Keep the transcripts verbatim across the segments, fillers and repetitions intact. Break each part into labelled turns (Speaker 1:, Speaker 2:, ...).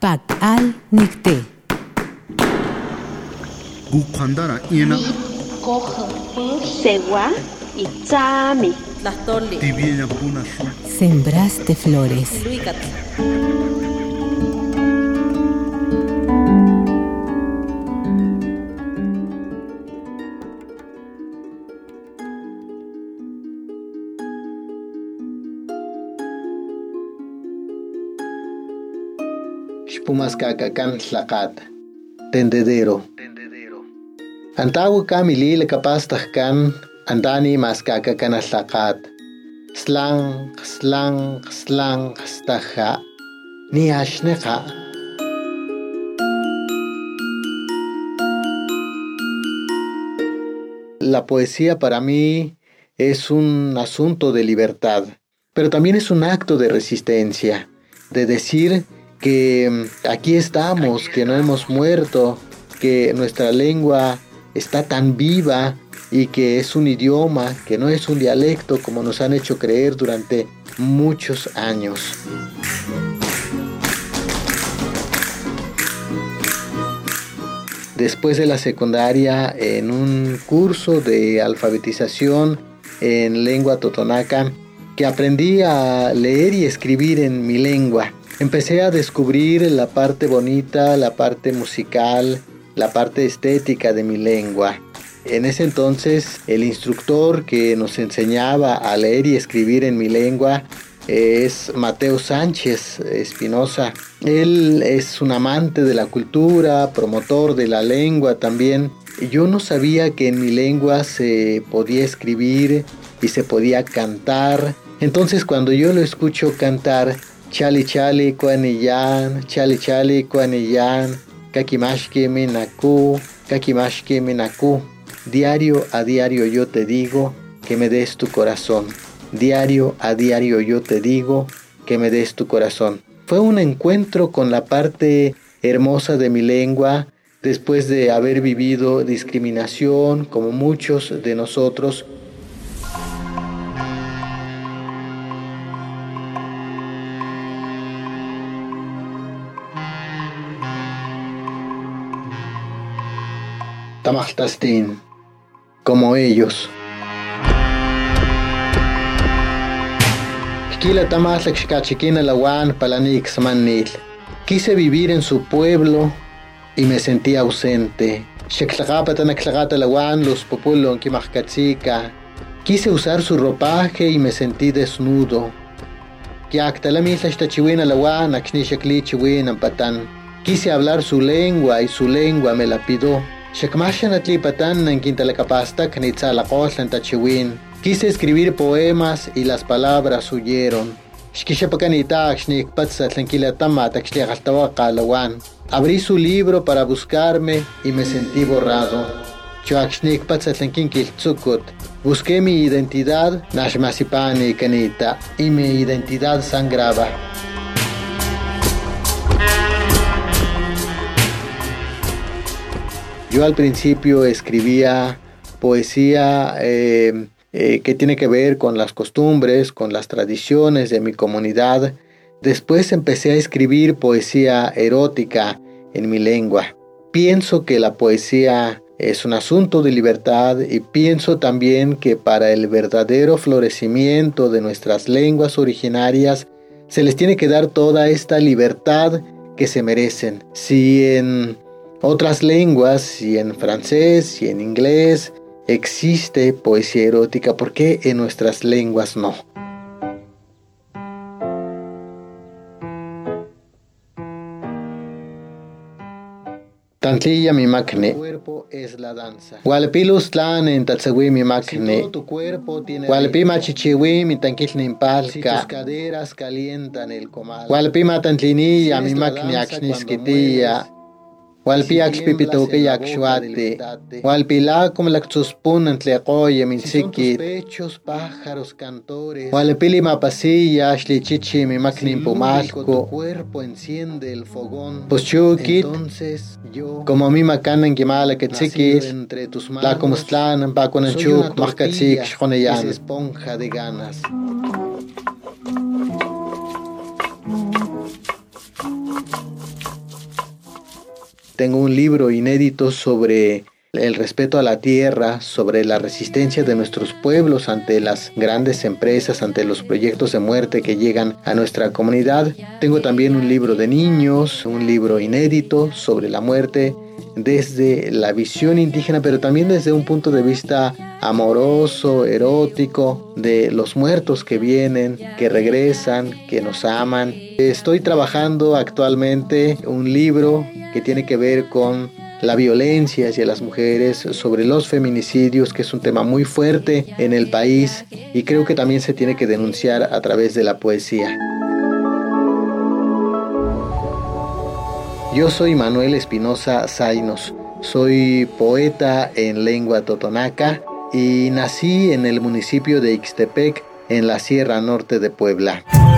Speaker 1: Pak al nikte.
Speaker 2: Gukandara ina.
Speaker 3: Cojo, segua y tzami.
Speaker 4: Tlastoli.
Speaker 2: Tibiena puna shu.
Speaker 1: Sembraste flores.
Speaker 4: Luicat.
Speaker 5: Pumascacacan tlacata, tendedero. Antawu kamilil kapastajkan andani mascacacan tlacat. Slang, slang, slang, staja, ni ashneja. La poesía para mí es un asunto de libertad, pero también es un acto de resistencia, de decir que aquí estamos, que no hemos muerto, que nuestra lengua está tan viva y que es un idioma, que no es un dialecto como nos han hecho creer durante muchos años. Después de la secundaria, en un curso de alfabetización en lengua totonaca, que aprendí a leer y escribir en mi lengua, empecé a descubrir la parte bonita, la parte musical, la parte estética de mi lengua. En ese entonces, el instructor que nos enseñaba a leer y escribir en mi lengua es Mateo Sánchez Espinosa. Él es un amante de la cultura, promotor de la lengua también. Yo no sabía que en mi lengua se podía escribir y se podía cantar. Entonces, cuando yo lo escucho cantar, Chali chali kuaniyan, chali chali kuaniyan, kakimashke minaku, kakimashke minaku. Diario a diario yo te digo que me des tu corazón. Diario a diario yo te digo que me des tu corazón. Fue un encuentro con la parte hermosa de mi lengua después de haber vivido discriminación como muchos de nosotros. Tamachtastin, como ellos. Kila tamatlak xkachikina lawan palanik smanil. Quise vivir en su pueblo y me sentí ausente. Xeklaqapatanaklaqata lawan los populon kimajkatzika. Quise usar su ropaje y me sentí desnudo. Kiaktalamilashtachiwina lawan aknishaklichiwina patan. Quise hablar su lengua y su lengua me la pidió. Quise escribir poemas y las palabras huyeron. Abrí su libro para buscarme y me sentí borrado. Busqué mi identidad y mi identidad sangraba. Yo al principio escribía poesía eh, eh, que tiene que ver con las costumbres, con las tradiciones de mi comunidad. Después empecé a escribir poesía erótica en mi lengua. Pienso que la poesía es un asunto de libertad y pienso también que para el verdadero florecimiento de nuestras lenguas originarias se les tiene que dar toda esta libertad que se merecen. Si en otras lenguas, si en francés, si en inglés, existe poesía erótica, ¿por qué en nuestras lenguas no? Tantilla mi macne. Tu cuerpo es la danza. Walpilus tlan en tatsawi mi macne. Si todo tu cuerpo tiene Walpi machichiwi mi tanquilni impalca. Tus caderas calientan el comal. Walpi matantlini mi macne axnisquitilla. Walpi axpipitoke yaxuate. Walpi la como la xuspun antleqoye min sikit. Pechos pájaros cantores. Walpi lima pasilla ashlichichi mi macne pumalco. Tu cuerpo enciende el fogón. Pues chukit. Entonces yo como mi macanan quimala que tsiquis. Entre tus manos. La como stlan pa con chuk mahkatsik shkoneyan. Esponja de ganas. tengo un libro inédito sobre el respeto a la tierra, sobre la resistencia de nuestros pueblos ante las grandes empresas, ante los proyectos de muerte que llegan a nuestra comunidad. Tengo también un libro de niños, un libro inédito sobre la muerte desde la visión indígena, pero también desde un punto de vista amoroso, erótico, de los muertos que vienen, que regresan, que nos aman. Estoy trabajando actualmente un libro que tiene que ver con la violencia hacia las mujeres, sobre los feminicidios, que es un tema muy fuerte en el país y creo que también se tiene que denunciar a través de la poesía. Yo soy Manuel Espinosa Zainos, soy poeta en lengua totonaca y nací en el municipio de Ixtepec, en la Sierra Norte de Puebla.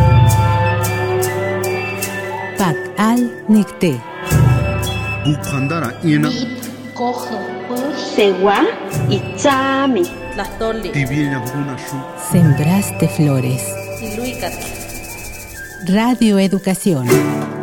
Speaker 1: Pak al Nicté.
Speaker 2: Bukhandara ina
Speaker 3: coge segua y chami.
Speaker 2: tibiella una shu.
Speaker 1: Sembraste flores. Radio Educación.